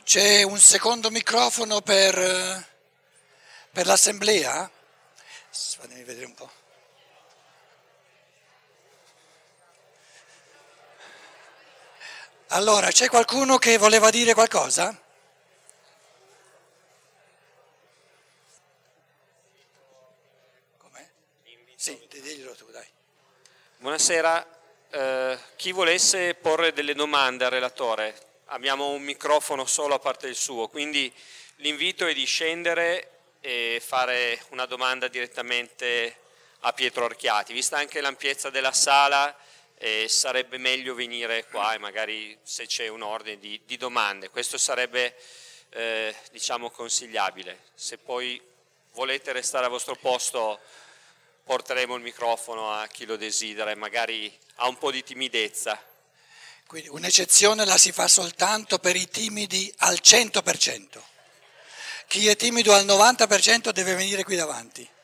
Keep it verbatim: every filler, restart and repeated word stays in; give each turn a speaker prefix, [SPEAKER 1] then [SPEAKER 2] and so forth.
[SPEAKER 1] C'è un secondo microfono per, eh, per l'assemblea? Fatemi vedere un po'. Allora, c'è qualcuno che voleva dire qualcosa? Com'è? Sì, diglielo tu, dai.
[SPEAKER 2] Buonasera, eh, chi volesse porre delle domande al relatore, abbiamo un microfono solo a parte il suo, quindi l'invito è di scendere e fare una domanda direttamente a Pietro Archiati. Vista anche l'ampiezza della sala, eh, sarebbe meglio venire qua e magari se c'è un ordine di, di domande, questo sarebbe eh, diciamo consigliabile. Se poi volete restare al vostro posto, porteremo il microfono a chi lo desidera e magari ha un po' di timidezza.
[SPEAKER 1] Quindi un'eccezione la si fa soltanto per i timidi al cento per cento. Chi è timido al novanta per cento deve venire qui davanti.